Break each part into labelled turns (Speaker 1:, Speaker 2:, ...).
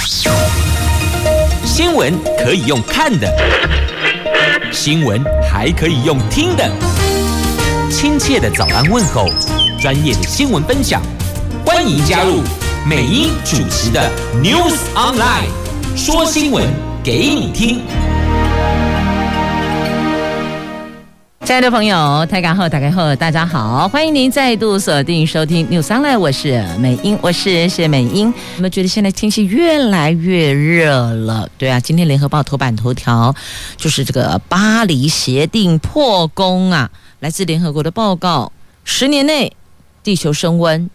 Speaker 1: 新闻可以用看的，新闻还可以用听的。亲切的早安问候，专业的新闻分享，欢迎加入美英主持的 News Online， 说新闻给你听。
Speaker 2: 亲爱的朋友，大家好，大家好，欢迎您再度锁定收听 News Online， 我是美英，我是谢美英。有没有觉得现在天气越来越热了？对啊，今天联合报头版头条就是这个巴黎协定破功啊！来自联合国的报告，10年内地球升温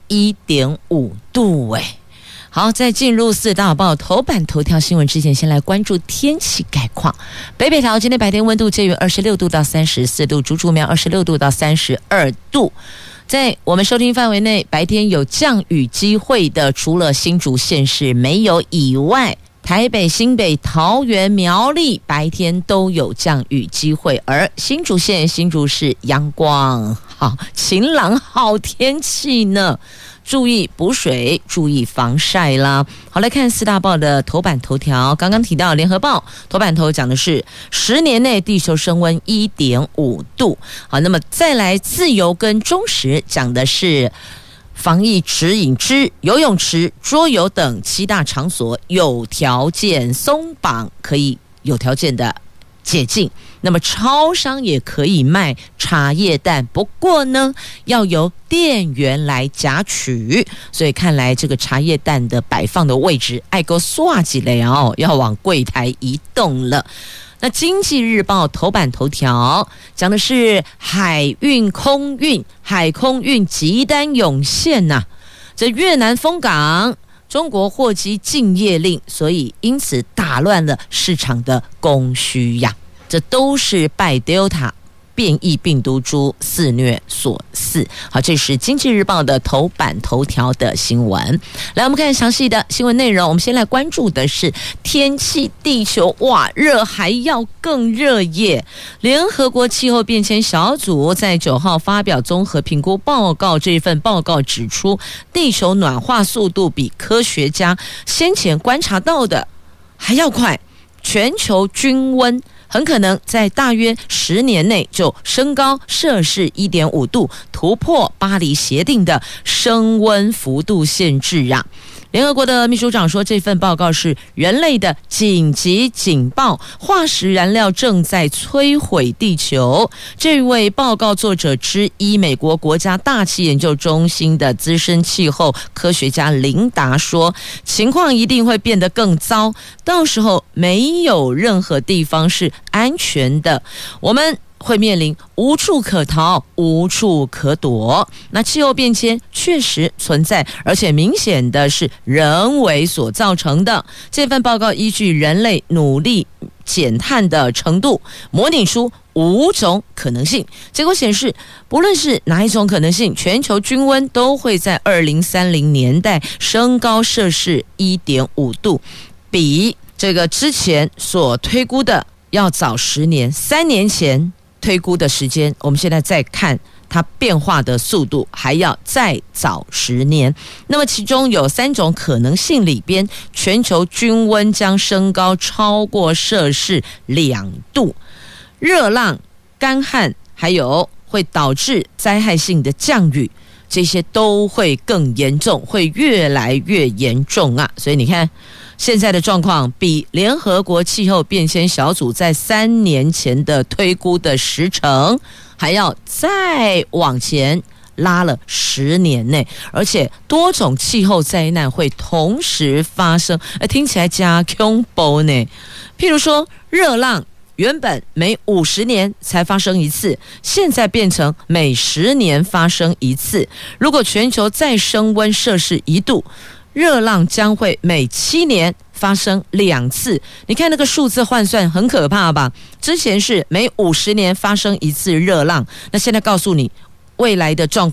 Speaker 2: 1.5 度哎。好，在进入4大报头版头条新闻之前，先来关注天气概况。北桃今天白天温度介于26度到34度，竹竹苗26度到32度。在我们收听范围内，白天有降雨机会的，除了新竹县市没有以外，台北、新北、桃园、苗栗白天都有降雨机会，而新竹县、新竹市阳光好，晴朗好天气呢。注意补水，注意防晒啦。好，来看4大报的头版头条。刚刚提到联合报头版头讲的是10年内地球升温 1.5 度。好，那么再来自由跟中时讲的是防疫指引之游泳池、桌游等7大场所有条件松绑，可以有条件的解禁。那么超商也可以卖茶叶蛋，不过呢要由店员来夹取，所以看来这个茶叶蛋的摆放的位置爱够刷几类哦，要往柜台移动了。那经济日报头版头条讲的是海运空运，海空运急单涌现呐，这越南封港，中国货机禁业令，所以因此打乱了市场的供需呀。这都是拜 Delta 变异病毒株肆虐所赐。好，这是经济日报的头版头条的新闻。来，我们看详细的新闻内容。我们先来关注的是天气，地球哇热还要更热耶。联合国气候变迁小组在9号发表综合评估报告，这份报告指出，地球暖化速度比科学家先前观察到的还要快，全球均温很可能在大约10年内就升高摄氏 1.5 度，突破巴黎协定的升温幅度限制啊。联合国的秘书长说，这份报告是人类的紧急警报，化石燃料正在摧毁地球。这位报告作者之一，美国国家大气研究中心的资深气候科学家琳达说，情况一定会变得更糟，到时候没有任何地方是安全的，我们会面临无处可逃、无处可躲。那气候变迁确实存在，而且明显的是人为所造成的。这份报告依据人类努力减碳的程度，模拟出5种可能性。结果显示，不论是哪一种可能性，全球均温都会在2030年代升高摄氏 1.5 度，比这个之前所推估的要早10年，3年前推估的时间，我们现在再看它变化的速度还要再早10年。那么其中有3种可能性里边，全球均温将升高超过摄氏2度，热浪、干旱，还有会导致灾害性的降雨，这些都会更严重，会越来越严重啊！所以你看，现在的状况比联合国气候变迁小组在3年前的推估的10成还要再往前拉了10年内，而且多种气候灾难会同时发生，听起来加恐怖呢。譬如说热浪，原本每50年才发生一次，现在变成每10年发生一次。如果全球再升温摄氏1度，热浪将会每7年发生2次。你看那个数字换算很可怕吧？之前是每50年发生一次热浪，那现在告诉你，未来的状况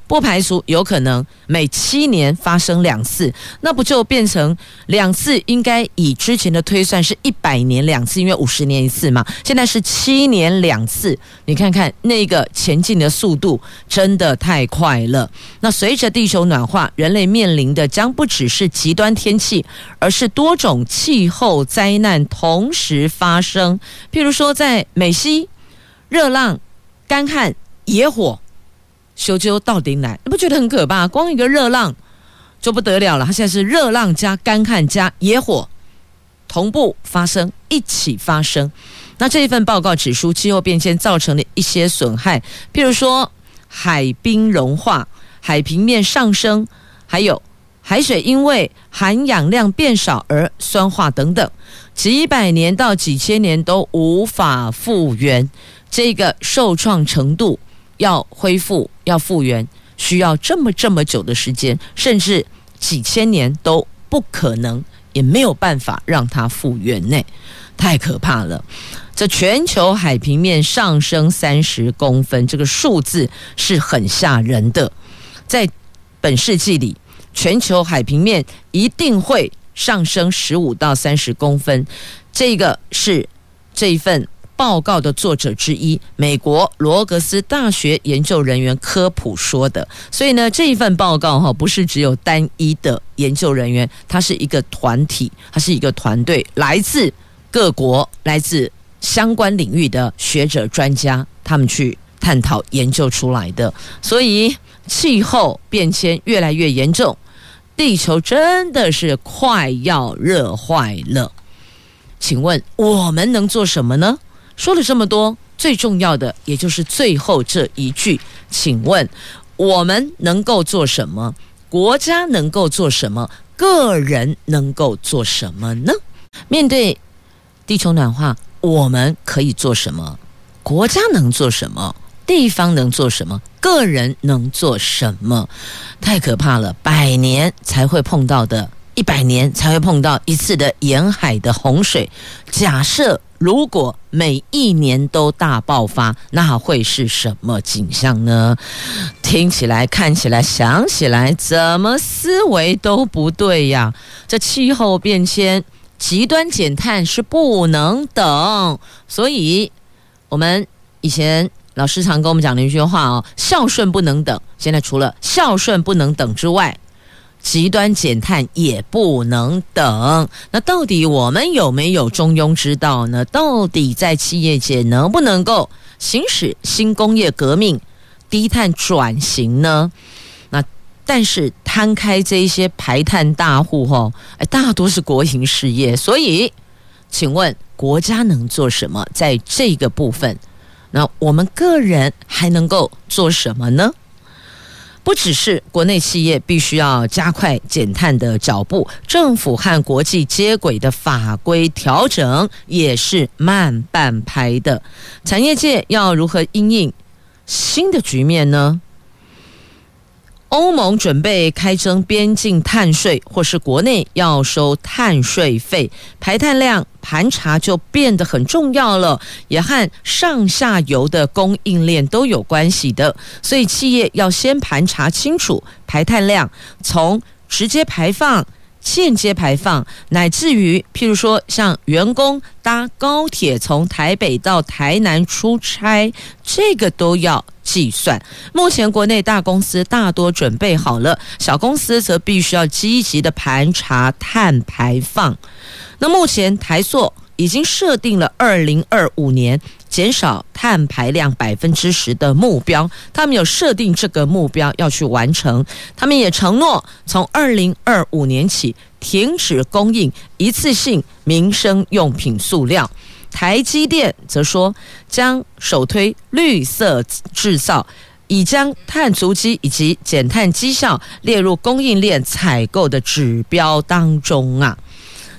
Speaker 2: 不排除有可能每7年发生2次，那不就变成2次？应该以之前的推算是100年2次，因为50年1次嘛。现在是7年2次，你看看那个前进的速度真的太快了。那随着地球暖化，人类面临的将不只是极端天气，而是多种气候灾难同时发生。譬如说在美西，热浪、干旱、野火修究到顶来，你不觉得很可怕？光一个热浪就不得了了，它现在是热浪加干旱加野火同步发生，一起发生。那这一份报告指出，气候变迁造成的一些损害，譬如说海冰融化、海平面上升，还有海水因为含氧量变少而酸化等等，几百年到几千年都无法复原。这个受创程度要恢复、要复原，需要这么久的时间，甚至几千年都不可能，也没有办法让它复原呢，太可怕了。这全球海平面上升30公分，这个数字是很吓人的。在本世纪里，全球海平面一定会上升15到30公分，这个是这一份报告的作者之一，美国罗格斯大学研究人员科普说的。所以呢，这一份报告不是只有单一的研究人员，它是一个团体，它是一个团队，来自各国、来自相关领域的学者专家，他们去探讨研究出来的。所以气候变迁越来越严重，地球真的是快要热坏了。请问我们能做什么呢？说了这么多，最重要的也就是最后这一句，请问我们能够做什么？国家能够做什么？个人能够做什么呢？面对地球暖化，我们可以做什么？国家能做什么？地方能做什么？个人能做什么？太可怕了！100年才会碰到的，100年才会碰到一次的沿海的洪水。假设如果每一年都大爆发，那会是什么景象呢？听起来、看起来、想起来，怎么思维都不对呀！这气候变迁、极端减碳是不能等，所以我们以前老师常跟我们讲的一句话孝顺不能等。现在除了孝顺不能等之外，极端减碳也不能等。那到底我们有没有中庸之道呢？到底在企业界能不能够行使新工业革命、低碳转型呢？那但是摊开这一些排碳大户大多是国营事业，所以请问国家能做什么？在这个部分，那我们个人还能够做什么呢？不只是国内企业必须要加快减碳的脚步，政府和国际接轨的法规调整也是慢半拍的。产业界要如何因应新的局面呢？欧盟准备开征边境碳税，或是国内要收碳税费，排碳量盘查就变得很重要了，也和上下游的供应链都有关系的。所以企业要先盘查清楚排碳量，从直接排放、间接排放，乃至于譬如说像员工搭高铁从台北到台南出差，这个都要计算。目前国内大公司大多准备好了，小公司则必须要积极的盘查碳排放。那目前台塑已经设定了2025年减少碳排量10%的目标，他们有设定这个目标要去完成。他们也承诺从2025年起停止供应一次性民生用品塑料。台积电则说将首推绿色制造，已将碳足迹以及减碳绩效列入供应链采购的指标当中啊。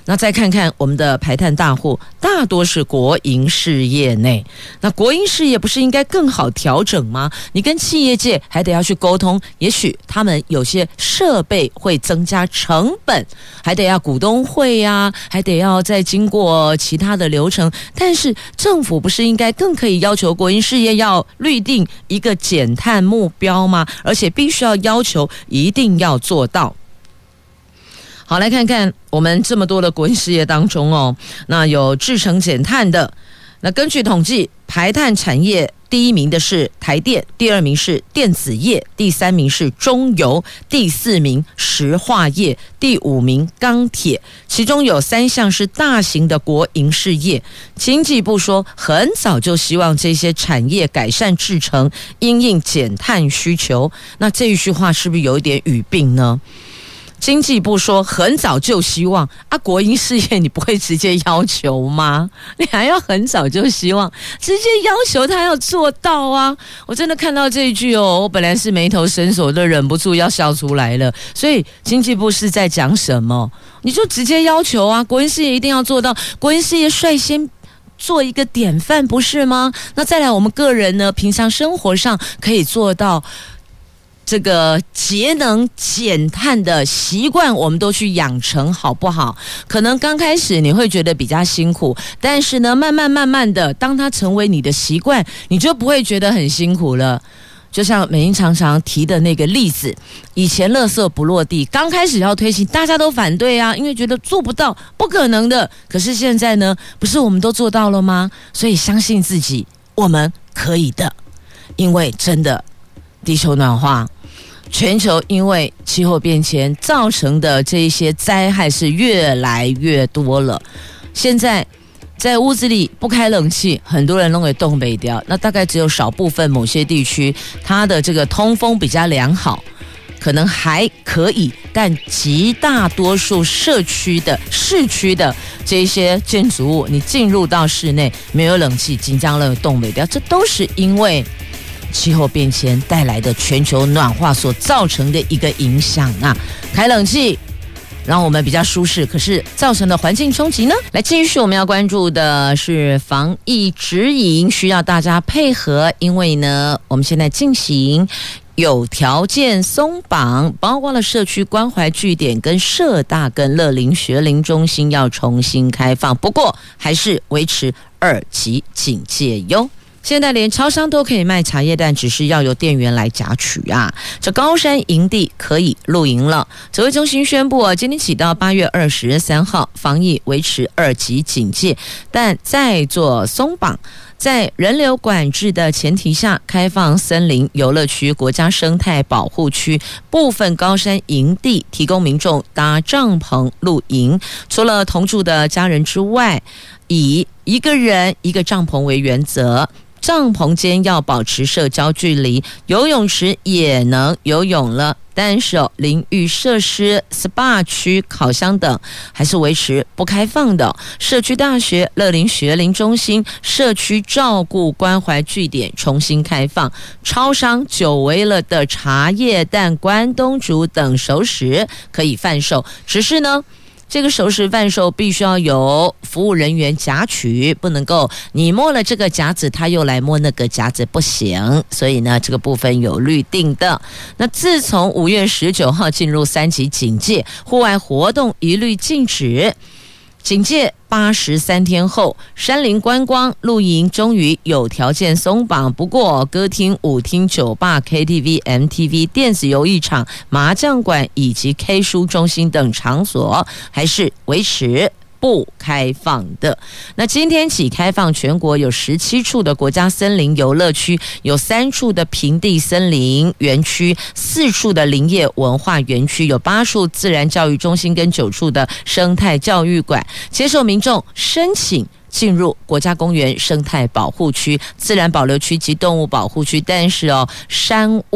Speaker 2: 那再看看我们的排碳大户，大多是国营事业内。那国营事业不是应该更好调整吗？你跟企业界还得要去沟通，也许他们有些设备会增加成本，还得要股东会啊，还得要再经过其他的流程。但是政府不是应该更可以要求国营事业要律定一个减碳目标吗？而且必须要求一定要做到。好，来看看我们这么多的国营事业当中哦，那有制程减碳的。那根据统计，排碳产业第一名的是台电，第二名是电子业，第三名是中油，第四名石化业，第五名钢铁。其中有3项是大型的国营事业。经济部说，很早就希望这些产业改善制程，因应减碳需求。那这一句话是不是有一点语病呢？经济部说很早就希望啊，国营事业你不会直接要求吗？你还要很早就希望，直接要求他要做到啊！我真的看到这一句哦，我本来是眉头深锁，都忍不住要笑出来了。所以经济部是在讲什么？你就直接要求啊，国营事业一定要做到，国营事业率先做一个典范，不是吗？那再来我们个人呢，平常生活上可以做到这个节能减碳的习惯，我们都去养成，好不好？可能刚开始你会觉得比较辛苦，但是呢，慢慢的，当它成为你的习惯，你就不会觉得很辛苦了。就像美英常常提的那个例子，以前垃圾不落地，刚开始要推行，大家都反对啊，因为觉得做不到，不可能的。可是现在呢，不是我们都做到了吗？所以相信自己，我们可以的。因为真的，地球暖化，全球因为气候变迁造成的这一些灾害是越来越多了。现在在屋子里不开冷气，很多人都给冻北掉。那大概只有少部分某些地区，它的这个通风比较良好，可能还可以，但极大多数社区的市区的这些建筑物，你进入到室内没有冷气，紧张了冻北掉，这都是因为气候变迁带来的全球暖化所造成的一个影响啊。开冷气让我们比较舒适，可是造成的环境冲击呢？来，继续我们要关注的是防疫指引，需要大家配合，因为呢，我们现在进行有条件松绑，包括了社区关怀据点跟社大跟乐龄学龄中心要重新开放，不过还是维持2级警戒哟。现在连超商都可以卖茶叶蛋，只是要由店员来夹取啊。这高山营地可以露营了。指挥中心宣布，今天起到8月23号，防疫维持2级警戒，但再做松绑。在人流管制的前提下，开放森林游乐区、国家生态保护区部分高山营地，提供民众搭帐篷露营。除了同住的家人之外，以一个人一个帐篷为原则。帐篷间要保持社交距离，游泳池也能游泳了，但是淋浴设施、SPA 区、烤箱等还是维持不开放的。社区大学、乐龄学龄中心、社区照顾关怀据点重新开放。超商久违了的茶叶蛋、关东煮等熟食可以贩售，只是呢，这个熟食贩售必须要有服务人员夹取，不能够你摸了这个夹子，他又来摸那个夹子，不行。所以呢，这个部分有律定的。那自从5月19号进入3级警戒，户外活动一律禁止。警戒83天后，山林观光露营终于有条件松绑，不过歌厅、舞厅、酒吧、KTV、MTV、电子游艺场、麻将馆以及 K 书中心等场所还是维持不开放的。那今天起开放全国有17处的国家森林游乐区，有3处的平地森林园区，4处的林业文化园区，有8处自然教育中心跟9处的生态教育馆，接受民众申请进入国家公园、生态保护区、自然保留区及动物保护区，但是山屋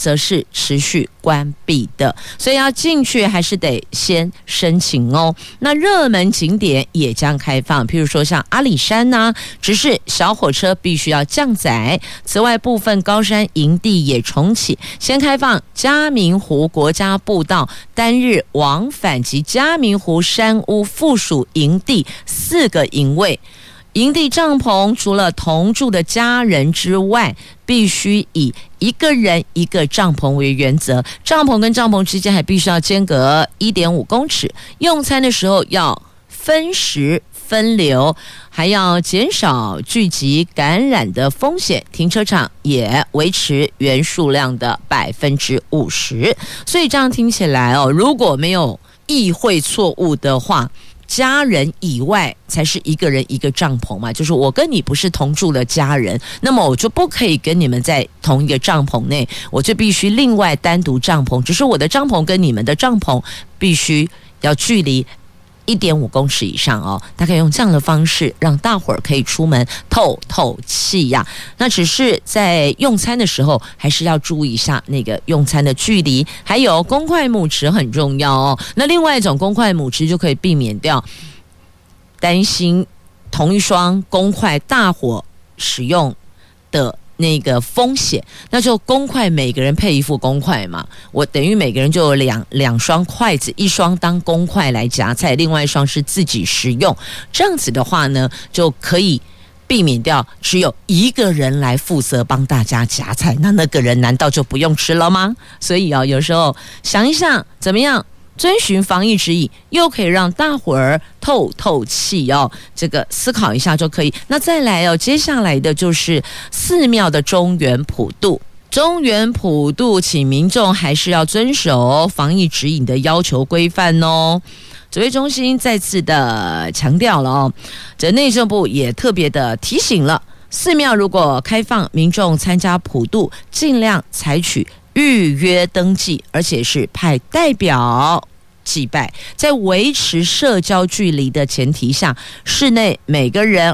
Speaker 2: 则是持续关闭的，所以要进去还是得先申请哦。那热门景点也将开放，譬如说像阿里山啊，只是小火车必须要降载。此外，部分高山营地也重启，先开放嘉明湖国家步道单日往返及嘉明湖山屋附属营地4个营位。营地帐篷除了同住的家人之外，必须以1个人1个帐篷为原则，帐篷跟帐篷之间还必须要间隔 1.5 公尺，用餐的时候要分时分流，还要减少聚集感染的风险，停车场也维持原数量的 50%。 所以这样听起来如果没有意会错误的话，家人以外才是1个人1个帐篷嘛，就是我跟你不是同住的家人，那么我就不可以跟你们在同一个帐篷内，我就必须另外单独帐篷，只是我的帐篷跟你们的帐篷必须要距离1.5公尺以上大概用这样的方式让大伙儿可以出门透透气呀。那只是在用餐的时候还是要注意一下那个用餐的距离，还有公筷母匙很重要那另外一种公筷母匙就可以避免掉担心同一双公筷大伙使用的那个风险，那就公筷每个人配1副公筷嘛，我等于每个人就有两双筷子，一双当公筷来夹菜，另外一双是自己食用，这样子的话呢就可以避免掉只有1个人来负责帮大家夹菜，那个人难道就不用吃了吗？所以有时候想一想怎么样遵循防疫指引，又可以让大伙儿透透气这个思考一下就可以。那再来接下来的就是寺庙的中元普渡。中元普渡，请民众还是要遵守防疫指引的要求规范指挥中心再次的强调了这内政部也特别的提醒了，寺庙如果开放民众参加普渡，尽量采取预约登记，而且是派代表祭拜，在维持社交距离的前提下，室内每个人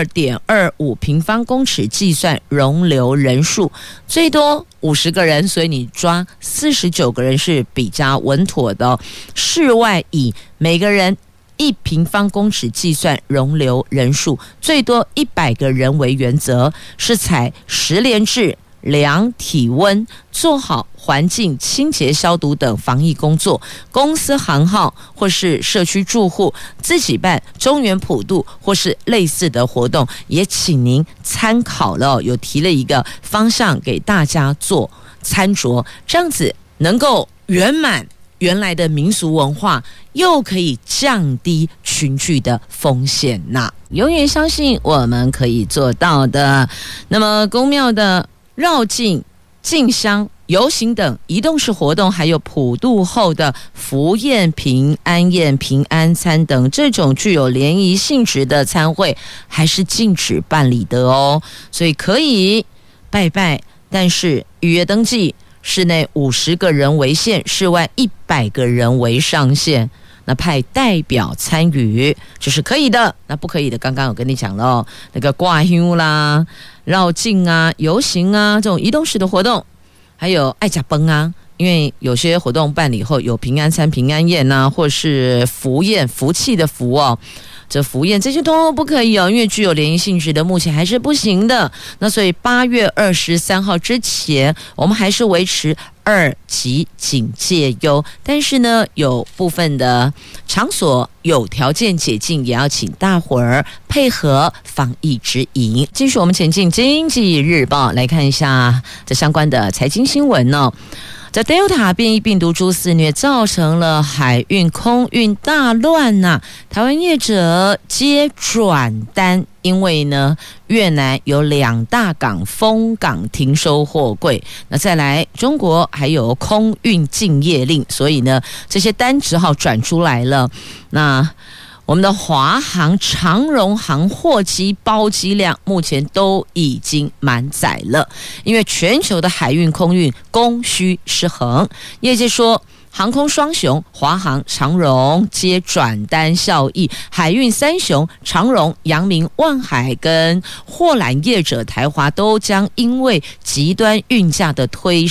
Speaker 2: 2.25 平方公尺计算容留人数，最多50个人，所以你抓49个人是比较稳妥的室外以每个人1平方公尺计算容留人数，最多100个人为原则，是采10连制，量体温，做好环境清洁消毒等防疫工作。公司行号或是社区住户自己办中元普渡或是类似的活动，也请您参考了有提了一个方向给大家做参酌，这样子能够圆满原来的民俗文化，又可以降低群聚的风险永远相信我们可以做到的。那么公庙的绕境、进香、游行等移动式活动，还有普渡后的福宴、平安宴、平安餐等这种具有联谊性质的餐会，还是禁止办理的所以可以拜拜，但是预约登记，室内50个人为限，室外100个人为上限。那派代表参与这是可以的，那不可以的刚刚有跟你讲了那个挂香啦、绕境啊、游行啊这种移动式的活动，还有爱吃饭啊，因为有些活动办理后有平安餐、平安宴啊，或是福宴，福气的福这福宴这些都不可以因为具有联谊性质的目前还是不行的。那所以8月23号之前我们还是维持2级警戒但是呢有部分的场所有条件解禁，也要请大伙儿配合防疫指引。继续我们前进经济日报来看一下这相关的财经新闻这 Delta 变异病毒株肆虐，造成了海运、空运大乱台湾业者皆转单，因为呢越南有2大港封港停收货柜，那再来中国还有空运禁业令，所以呢这些单只好转出来了。那我们的华航、长荣航货机包机量目前都已经满载了，因为全球的海运、空运供需失衡。业界说航空双雄华航、长荣皆转单效益，海运三雄长荣、阳明、万海跟货揽业者台华都将因为极端运价的推升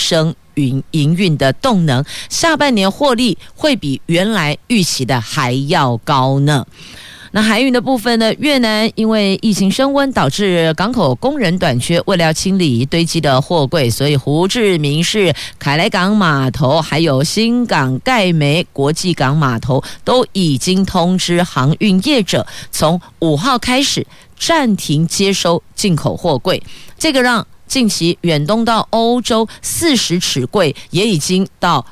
Speaker 2: 营运的动能，下半年获利会比原来预期的还要高呢。那海运的部分呢？越南因为疫情升温，导致港口工人短缺，为了要清理堆积的货柜，所以胡志明市凯莱港码头还有新港盖梅国际港码头都已经通知航运业者，从5号开始暂停接收进口货柜。这个让近期远东到欧洲40尺柜也已经到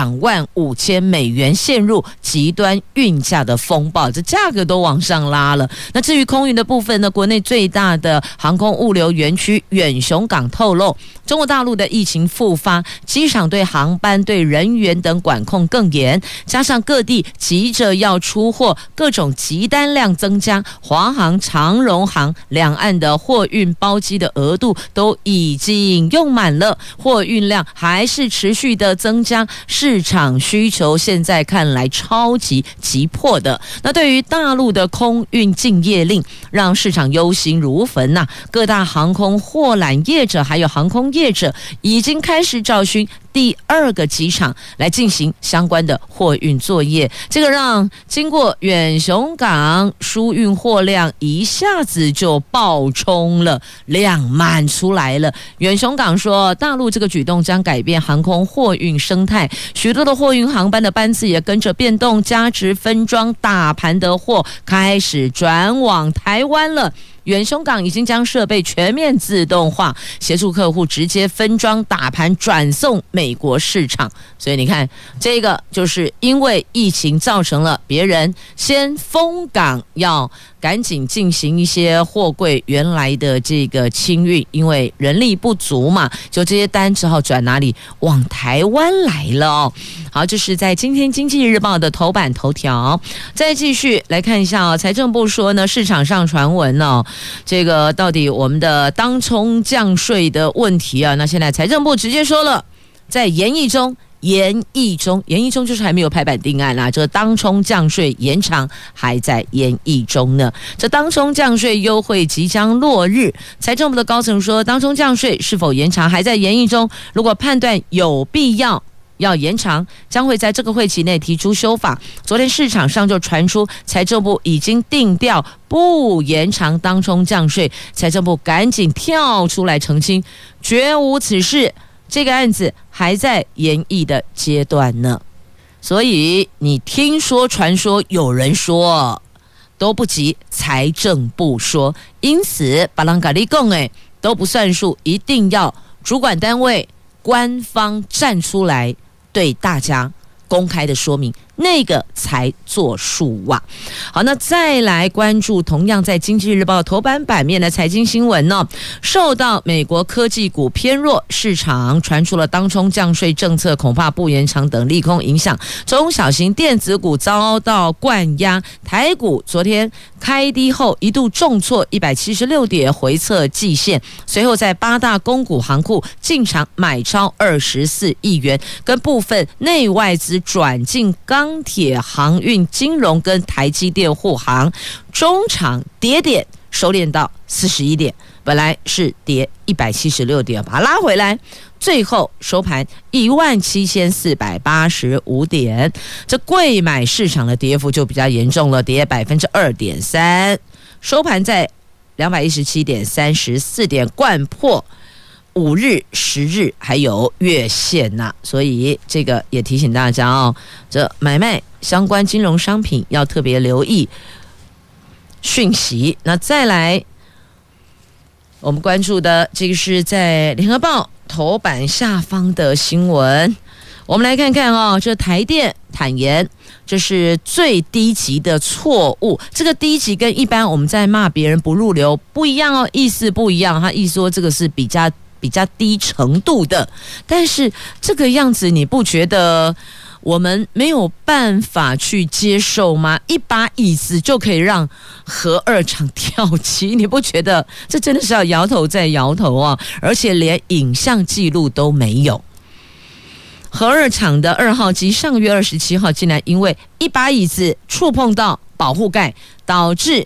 Speaker 2: $25,000美元，陷入极端运价的风暴，这价格都往上拉了。那至于空运的部分呢？国内最大的航空物流园区远雄港透露，中国大陆的疫情复发，机场对航班、对人员等管控更严，加上各地急着要出货，各种急单量增加，华航、长荣航两岸的货运包机的额度都已经用满了，货运量还是持续的增加。市场需求现在看来超级急迫的。那对于大陆的空运禁业令，让市场忧心如焚呐。各大航空货揽业者还有航空业者已经开始找寻第2个机场来进行相关的货运作业，这个让经过远雄港输运货量一下子就爆冲了，量满出来了。远雄港说，大陆这个举动将改变航空货运生态，许多的货运航班的班次也跟着变动，价值分装打盘的货开始转往台湾了。远雄港已经将设备全面自动化，协助客户直接分装打盘转送美国市场。所以你看，这个就是因为疫情造成了别人先封港，要赶紧进行一些货柜原来的这个清运，因为人力不足嘛，就这些单只好转哪里？往台湾来了哦。好，这是在今天经济日报的头版头条。再继续来看一下哦，财政部说呢，市场上传闻哦，这个到底我们的当冲降税的问题啊，那现在财政部直接说了，在研议中就是还没有拍板定案啦。这当冲降税延长还在研议中呢。这当冲降税优惠即将落日，财政部的高层说，当冲降税是否延长还在研议中，如果判断有必要延长，将会在这个会期内提出修法。昨天市场上就传出财政部已经定调不延长当冲降税，财政部赶紧跳出来澄清，绝无此事，这个案子还在研议的阶段呢。所以你听说传说有人说都不及财政部说，因此巴朗嘎利贡都不算数，一定要主管单位官方站出来对大家公开的说明，那个才作数啊。好，那再来关注同样在经济日报头版版面的财经新闻呢，受到美国科技股偏弱，市场传出了当冲降税政策恐怕不延长等利空影响，中小型电子股遭到灌压，台股昨天开低后一度重挫176点，回测季线，随后在8大公股行库进场买超24亿元，跟部分内外资转进钢铁、航运、金融跟台积电护航，中场跌点收敛到41点，本来是跌176点，把它拉回来，最后收盘17485点。这柜买市场的跌幅就比较严重了，跌 2.3%， 收盘在217.34点，掼破5日、10日还有月线呐，所以这个也提醒大家哦，这买卖相关金融商品要特别留意讯息。那再来，我们关注的这个是在联合报头版下方的新闻，我们来看看哦，这台电坦言这是最低级的错误，这个低级跟一般我们在骂别人不入流不一样哦，意思不一样，他意思说这个是比较低程度的，但是这个样子你不觉得我们没有办法去接受吗？一把椅子就可以让核2厂跳机，你不觉得这真的是要摇头再摇头啊？而且连影像记录都没有。核2厂的2号机上个月27号竟然因为一把椅子触碰到保护盖，导致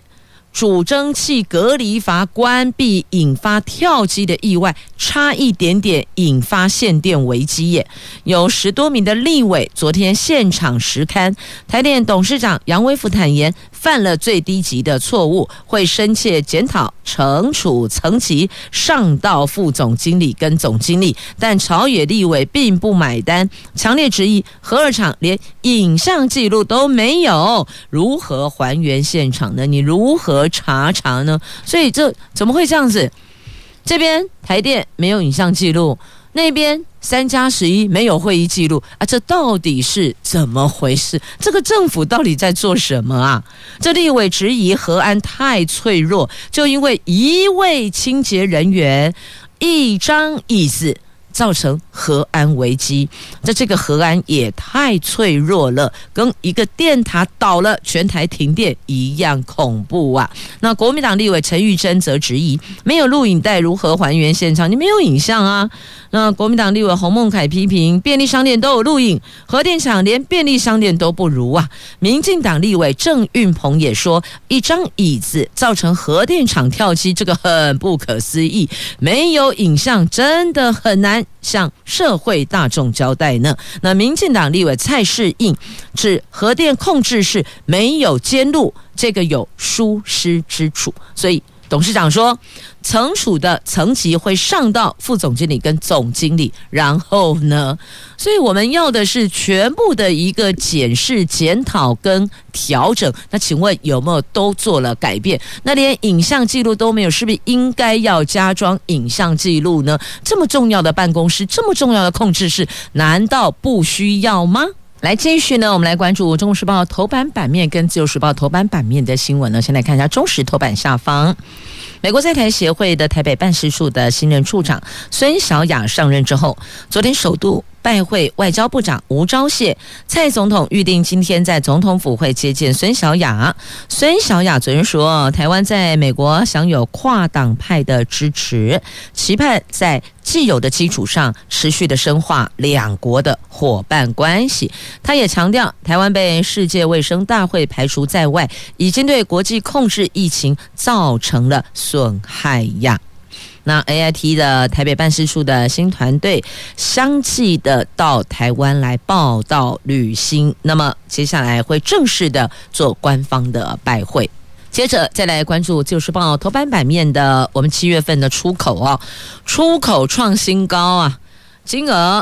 Speaker 2: 主蒸汽隔离阀关闭引发跳机的意外，差一点点引发限电危机耶。有10多名的立委昨天现场实勘，台电董事长杨威福坦言，犯了最低级的错误，会深切检讨惩处层级，上到副总经理跟总经理，但朝野立委并不买单，强烈质疑核二厂连影像记录都没有，如何还原现场呢？你如何查呢？所以这怎么会这样子？这边台电没有影像记录，那边3+11没有会议记录啊，这到底是怎么回事？这个政府到底在做什么啊？这立委质疑核安太脆弱，就因为一位清洁人员一张椅子造成核安危机，这个核安也太脆弱了，跟一个电塔倒了全台停电一样恐怖啊！那国民党立委陈玉珍则质疑，没有录影带如何还原现场？你没有影像啊！那国民党立委洪孟凯批评，便利商店都有录影，核电厂连便利商店都不如啊！民进党立委郑运鹏也说，一张椅子造成核电厂跳机，这个很不可思议，没有影像真的很难向社会大众交代呢。那民进党立委蔡世应指核电控制室没有监录，这个有疏失之处，所以董事长说，惩处的层级会上到副总经理跟总经理，然后呢，所以我们要的是全部的一个检视、检讨跟调整。那请问有没有都做了改变？那连影像记录都没有，是不是应该要加装影像记录呢？这么重要的办公室，这么重要的控制室，难道不需要吗？来继续呢，我们来关注《中国时报》头版版面跟《自由时报》头版版面的新闻呢。先来看一下中时头版下方，美国在台协会的台北办事处的新任处长孙小雅上任之后，昨天首度拜会外交部长吴钊燮，蔡总统预定今天在总统府会接见孙小雅。孙小雅昨天说，台湾在美国享有跨党派的支持，期盼在既有的基础上持续的深化两国的伙伴关系。他也强调，台湾被世界卫生大会排除在外，已经对国际控制疫情造成了损害呀。那 AIT 的台北办事处的新团队相继的到台湾来报道履新，那么接下来会正式的做官方的拜会。接着再来关注《自由时报》头版版面的我们7月份的出口哦，出口创新高啊，金额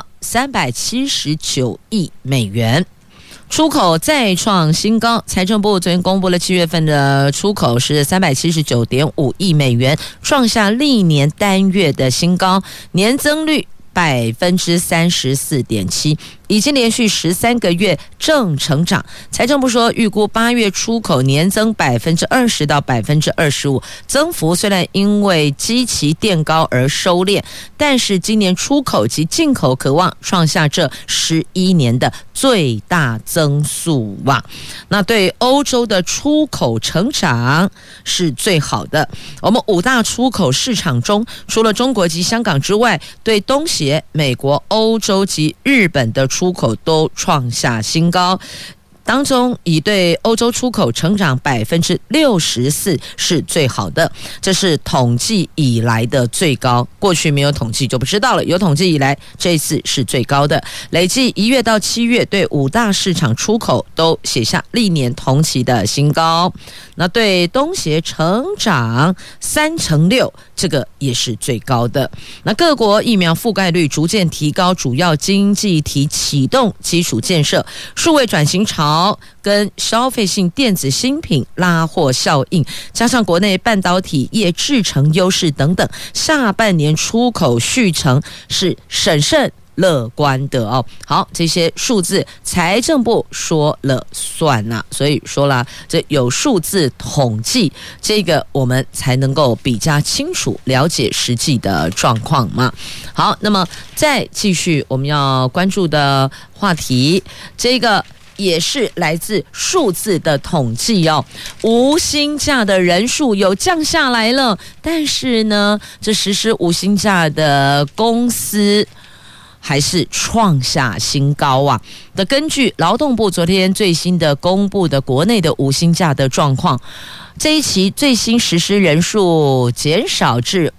Speaker 2: 379亿美元。出口再创新高，财政部昨天公布了7月份的出口是379.5亿美元，创下历年单月的新高，年增率34.7%，已经连续13个月正成长。财政部说，预估8月出口年增20%到25%，增幅虽然因为基期垫高而收敛，但是今年出口及进口可望创下这11年的最大增速啊！那对欧洲的出口成长是最好的。我们5大出口市场中，除了中国及香港之外，对东协、美国、欧洲及日本的出口都创下新高。当中以对欧洲出口成长64%是最好的，这是统计以来的最高，过去没有统计就不知道了，有统计以来这一次是最高的。累计1月到7月对5大市场出口都写下历年同期的新高。那对东协成长6%，这个也是最高的。那各国疫苗覆盖率逐渐提高，主要经济体启动基础建设，数位转型潮跟消费性电子新品拉货效应，加上国内半导体业制程优势等等，下半年出口续成是审慎乐观的哦。好，这些数字财政部说了算啊，所以说了，这有数字统计，这个我们才能够比较清楚了解实际的状况嘛。好，那么再继续我们要关注的话题，这个也是来自数字的统计哦，无薪假的人数有降下来了，但是呢，这实施无薪假的公司还是创下新高啊。那根据劳动部昨天最新的公布的国内的无薪假的状况，这一期最新实施人数减少至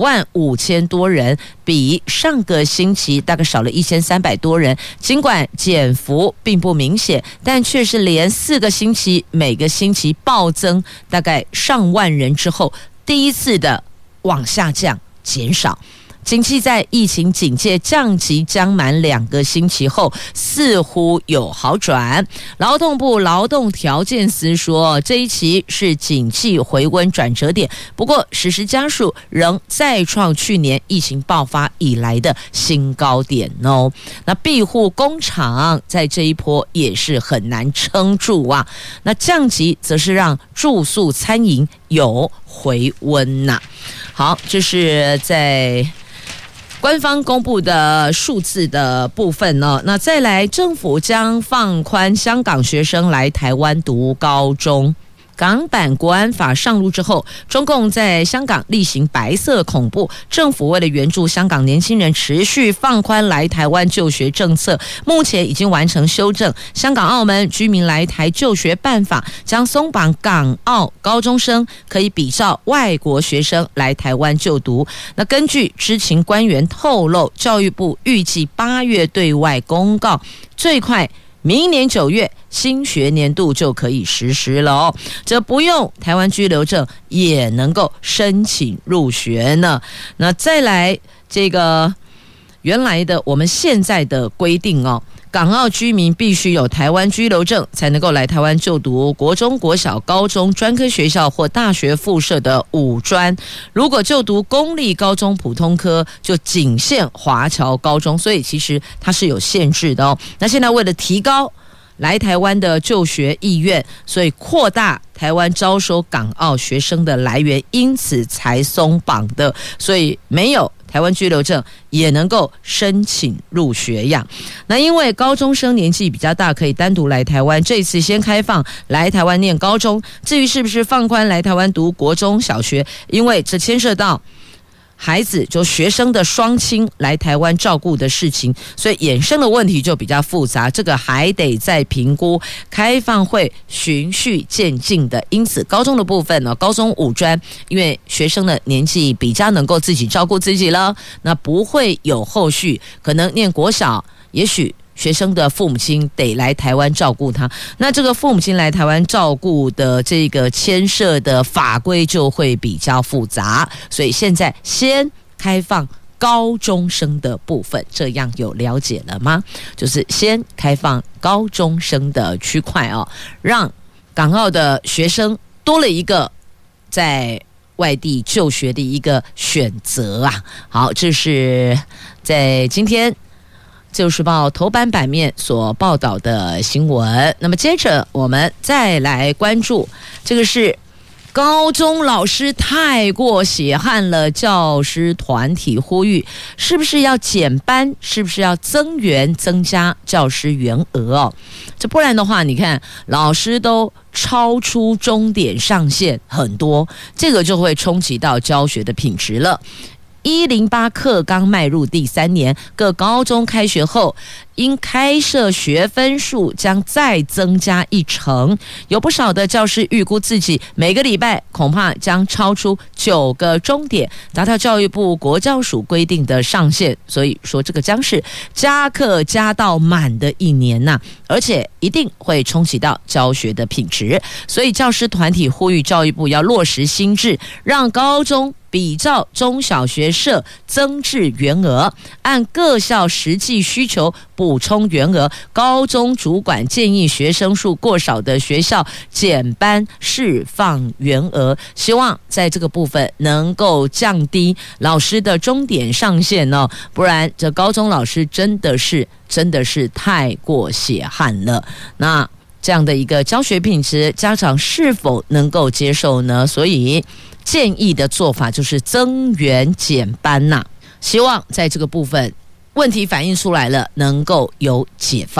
Speaker 2: 55000多人，比上个星期大概少了1300多人。尽管减幅并不明显，但却是连4个星期每个星期暴增大概上万人之后，第一次的往下降减少。景气在疫情警戒降级将满2个星期后似乎有好转。劳动部劳动条件司说，这一期是景气回温转折点，不过实施家数仍再创去年疫情爆发以来的新高点哦。那庇护工厂在这一波也是很难撑住啊。那降级则是让住宿餐饮有回温呐。好，这是在官方公布的数字的部分呢，那再来，政府将放宽香港学生来台湾读高中。港版国安法上路之后，中共在香港例行白色恐怖，政府为了援助香港年轻人持续放宽来台湾就学政策，目前已经完成修正香港澳门居民来台就学办法，将松绑港澳高中生可以比照外国学生来台湾就读。那根据知情官员透露，教育部预计8月对外公告，最快明年9月新学年度就可以实施了哦，这不用台湾居留证也能够申请入学呢。那再来这个原来的我们现在的规定哦，港澳居民必须有台湾居留证才能够来台湾就读国中、国小、高中、专科学校或大学附设的五专。如果就读公立高中普通科，就仅限华侨高中，所以其实它是有限制的哦。那现在为了提高来台湾的就学意愿，所以扩大台湾招收港澳学生的来源，因此才松绑的，所以没有台湾居留证也能够申请入学呀。那因为高中生年纪比较大，可以单独来台湾，这次先开放来台湾念高中，至于是不是放宽来台湾读国中小学，因为这牵涉到孩子就学生的双亲来台湾照顾的事情，所以衍生的问题就比较复杂，这个还得再评估，开放会循序渐进的。因此高中的部分呢，高中五专因为学生的年纪比较能够自己照顾自己了，那不会有后续，可能念国小也许学生的父母亲得来台湾照顾他，那这个父母亲来台湾照顾的这个牵涉的法规就会比较复杂，所以现在先开放高中生的部分，这样有了解了吗？就是先开放高中生的区块哦，让港澳的学生多了一个在外地就学的一个选择啊。好，这是在今天自由时报头版版面所报道的新闻。那么接着我们再来关注，这个是高中老师太过血汗了，教师团体呼吁是不是要减班，是不是要增员，增加教师员额哦？这不然的话，你看老师都超出钟点上限很多，这个就会冲击到教学的品质了。108课纲迈入第3年，各高中开学后因开设学分数将再增加1成，有不少的教师预估自己每个礼拜恐怕将超出9个钟点，达到教育部国教署规定的上限，所以说这个将是加课加到满的1年呐，而且一定会冲击到教学的品质，所以教师团体呼吁教育部要落实新制，让高中比照中小学设增制员额，按各校实际需求补充员额。高中主管建议学生数过少的学校减班释放员额，希望在这个部分能够降低老师的钟点上限哦，不然这高中老师真的是太过血汗了。那这样的一个教学品质，家长是否能够接受呢？所以建议的做法就是增员减班呐，希望在这个部分问题反映出来了，能够有解方。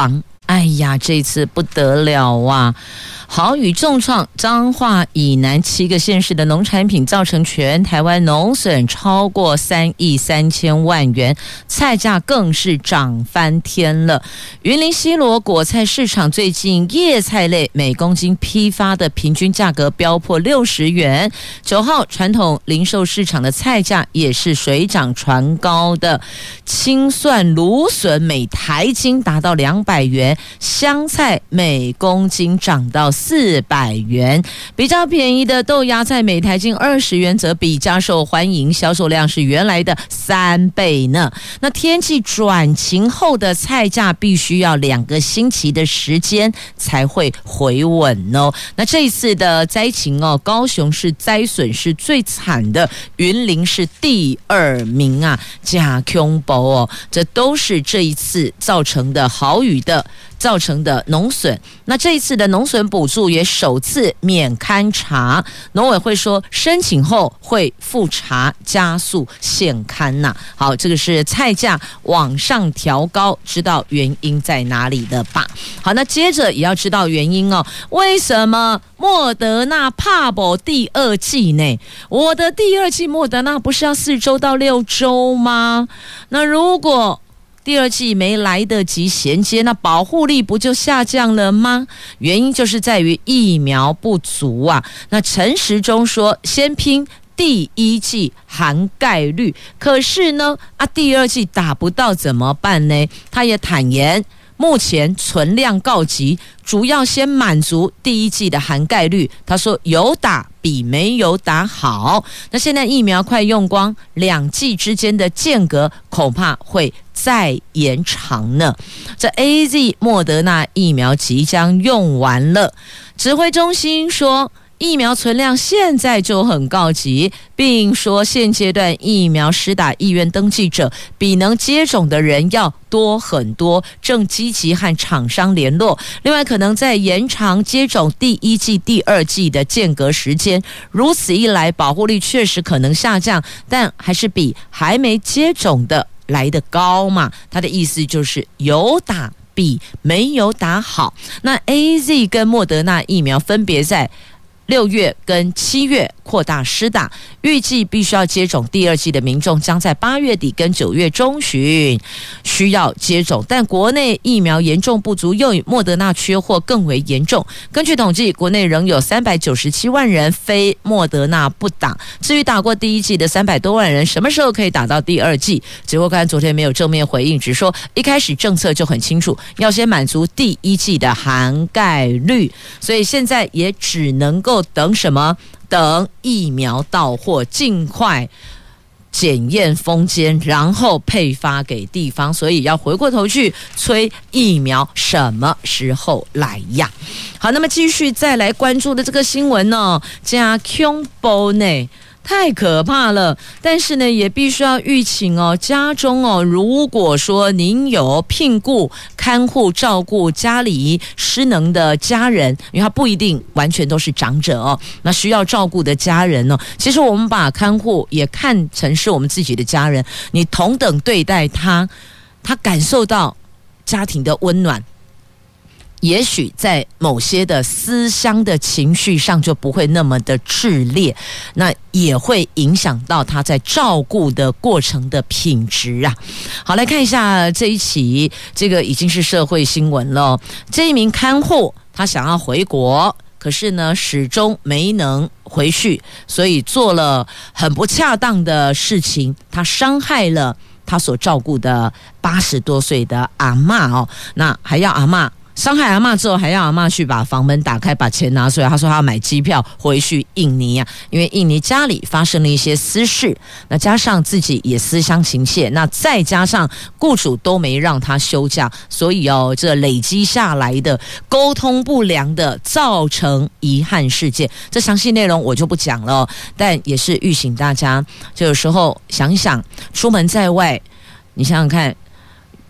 Speaker 2: 哎呀，这次不得了啊！豪雨重创彰化以南7个县市的农产品，造成全台湾农损超过3亿3千万元，菜价更是涨翻天了。云林西螺果菜市场最近叶菜类每公斤批发的平均价格飙破60元。9号传统零售市场的菜价也是水涨船高的，青蒜、芦笋每台斤达到200元，香菜每公斤涨到400元，比较便宜的豆芽菜每台斤20元，则比较受欢迎，销售量是原来的3倍呢。那天气转晴后的菜价必须要2个星期的时间才会回稳哦。那这一次的灾情哦，高雄是灾损是最惨的，云林是第2名啊，加恐怖哦，这都是这一次造成的豪雨的造成的农损。那这一次的农损补助也首次免勘查，农委会说申请后会复查，加速现勘呐。好，这个是菜价往上调高，知道原因在哪里的吧？好，那接着也要知道原因哦，为什么莫德纳怕不第2剂呢？我的第2剂莫德纳不是要4周到6周吗？那如果第2剂没来得及衔接，那保护力不就下降了吗？原因就是在于疫苗不足啊。那陈时中说先拼第1剂涵盖率，可是呢第2剂打不到怎么办呢？他也坦言目前存量告急，主要先满足第1剂的涵盖率。他说有打比没有打好，那现在疫苗快用光，2剂之间的间隔恐怕会再延长呢。这 AZ 莫德纳疫苗即将用完了，指挥中心说疫苗存量现在就很告急，并说现阶段疫苗施打意愿登记者比能接种的人要多很多，正积极和厂商联络。另外可能在延长接种第1剂、第2剂的间隔时间，如此一来保护力确实可能下降，但还是比还没接种的来得高嘛。他的意思就是有打比没有打好。那 AZ 跟莫德纳疫苗分别在6月跟7月扩大施打，预计必须要接种第2剂的民众将在8月底跟9月中旬需要接种，但国内疫苗严重不足，又以莫德纳缺货更为严重。根据统计，国内仍有397万人非莫德纳不打。至于打过第1剂的300多万人，什么时候可以打到第2剂？指挥官昨天没有正面回应，只说一开始政策就很清楚，要先满足第1剂的涵盖率，所以现在也只能够等什么？等疫苗到货，尽快检验封监，然后配发给地方。所以要回过头去催疫苗什么时候来呀？好，那么继续再来关注的这个新闻呢，加恐怖呢，太可怕了。但是呢，也必须要预请哦，家中哦，如果说您有聘雇、看护、照顾家里失能的家人，因为他不一定完全都是长者哦，那需要照顾的家人哦，其实我们把看护也看成是我们自己的家人，你同等对待他，他感受到家庭的温暖。也许在某些的思乡的情绪上就不会那么的炽烈，那也会影响到他在照顾的过程的品质啊。好，来看一下这一起，这个已经是社会新闻了。这一名看护他想要回国，可是呢始终没能回去，所以做了很不恰当的事情，他伤害了他所照顾的80多岁的阿嬷哦，那还要阿嬷伤害阿嬷之后，还要阿嬷去把房门打开，把钱拿出来。他说他要买机票回去印尼啊，因为印尼家里发生了一些私事，那加上自己也思乡情切，那再加上雇主都没让他休假，所以这累积下来的沟通不良的造成遗憾事件。这详细内容我就不讲了，但也是预醒大家，就有时候想一想，出门在外，你想想看。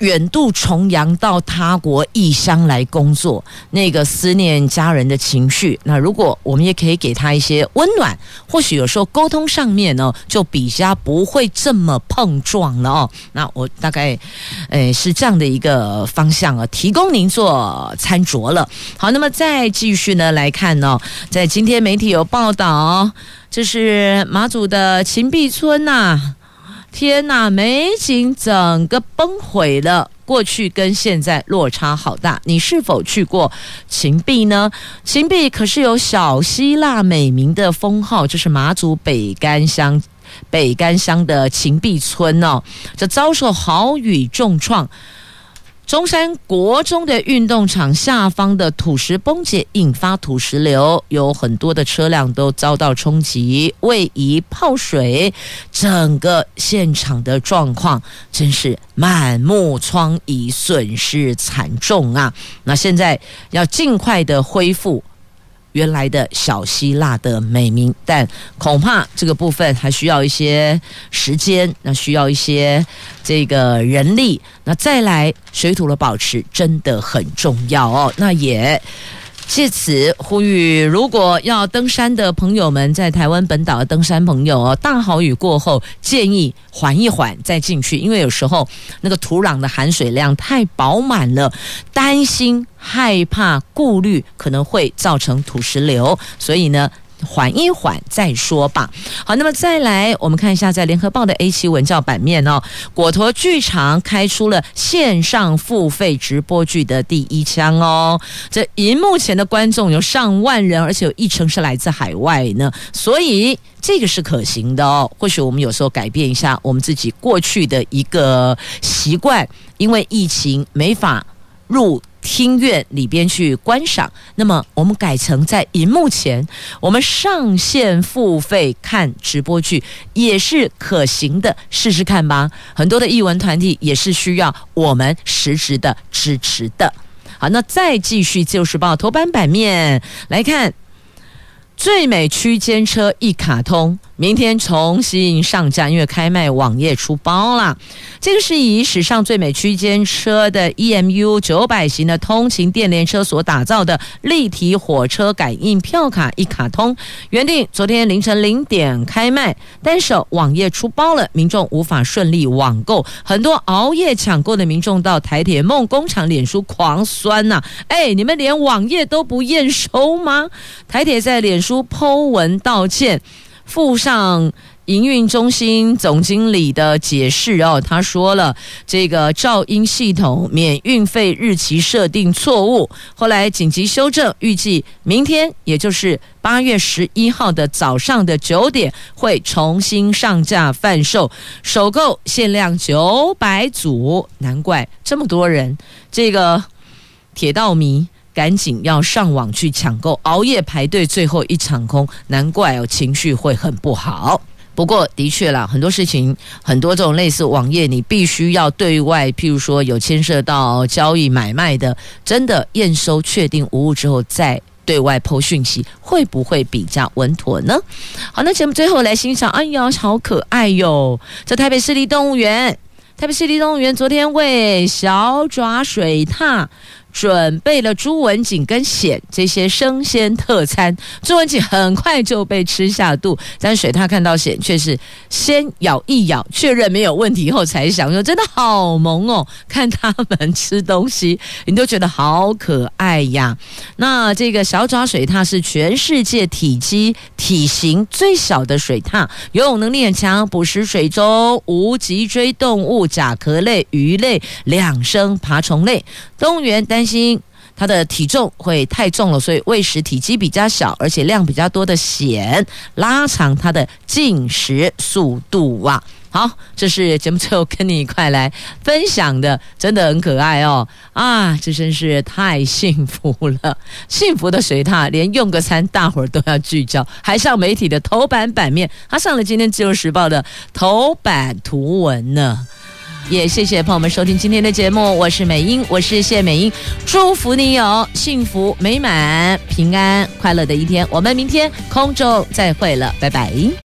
Speaker 2: 远渡重洋到他国异乡来工作，那个思念家人的情绪，那如果我们也可以给他一些温暖，或许有时候沟通上面呢，就比较不会这么碰撞了哦。那我大概是这样的一个方向啊，提供您做参酌了。好，那么再继续呢来看呢，在今天媒体有报道，这是马祖的芹壁村呐。天哪，美景整个崩毁了，过去跟现在落差好大。你是否去过芹壁呢？芹壁可是有小希腊美名的封号，这是马祖北竿乡的芹壁村哦，这遭受豪雨重创。中山国中的运动场下方的土石崩解，引发土石流，有很多的车辆都遭到冲击，位移泡水，整个现场的状况真是满目疮痍，损失惨重啊！那现在要尽快的恢复原来的小希腊的美名，但恐怕这个部分还需要一些时间，那需要一些这个人力，那再来水土的保持真的很重要哦。那也借此呼吁，如果要登山的朋友们，在台湾本岛的登山朋友哦，大豪雨过后建议缓一缓再进去，因为有时候那个土壤的含水量太饱满了，担心害怕顾虑可能会造成土石流，所以呢缓一缓再说吧。好，那么再来我们看一下在联合报的 A7 文教版面哦，果陀剧场开出了线上付费直播剧的第一枪哦，这荧幕前的观众有上万人，而且有1成是来自海外呢，所以这个是可行的哦。或许我们有时候改变一下我们自己过去的一个习惯，因为疫情没法入厅院里边去观赏，那么我们改成在荧幕前我们上线付费看直播剧也是可行的，试试看吧。很多的艺文团体也是需要我们实质的支持的。好，那再继续自由时报头版版面来看，最美区间车一卡通明天重新上架，因为开卖网页出包啦。这个是以史上最美区间车的 EMU 900型的通勤电联车所打造的立体火车感应票卡一卡通，原定昨天凌晨0点开卖，但是网页出包了，民众无法顺利网购，很多熬夜抢购的民众到台铁梦工厂脸书狂酸呐！你们连网页都不验收吗？台铁在脸书 po 文道歉，附上营运中心总经理的解释哦，他说了，这个噪音系统免运费日期设定错误，后来紧急修正，预计明天也就是8月11号的早上的9点会重新上架贩售，首购限量900组，难怪这么多人，这个铁道迷赶紧要上网去抢购，熬夜排队，最后一场空，难怪情绪会很不好。不过的确啦，很多事情，很多这种类似网页，你必须要对外，譬如说有牵涉到交易买卖的，真的验收确定无误之后再对外po讯息，会不会比较稳妥呢？好，那节目最后来欣赏，哎呀，好可爱哟！在台北市立动物园昨天为小爪水獭准备了朱文锦跟蚬这些生鲜特餐，朱文锦很快就被吃下肚，但水獭看到蚬却是先咬一咬，确认没有问题后才享用，真的好萌哦！看他们吃东西，你都觉得好可爱呀。那这个小爪水獭是全世界体型最小的水獭，游泳能力很强，捕食水中无脊椎动物、甲壳类、鱼类、两生爬虫类。动物园担心它的体重会太重了，所以喂食体积比较小而且量比较多的蚬，拉长它的进食速度啊。好，这是节目最后跟你一块来分享的，真的很可爱哦！啊，这真是太幸福了，幸福的水獭连用个餐大伙儿都要聚焦，还上媒体的头版版面，他上了今天自由时报的头版图文呢。也谢谢朋友们收听今天的节目，我是美英，我是谢美英，祝福你有幸福美满平安快乐的一天，我们明天空中再会了，拜拜。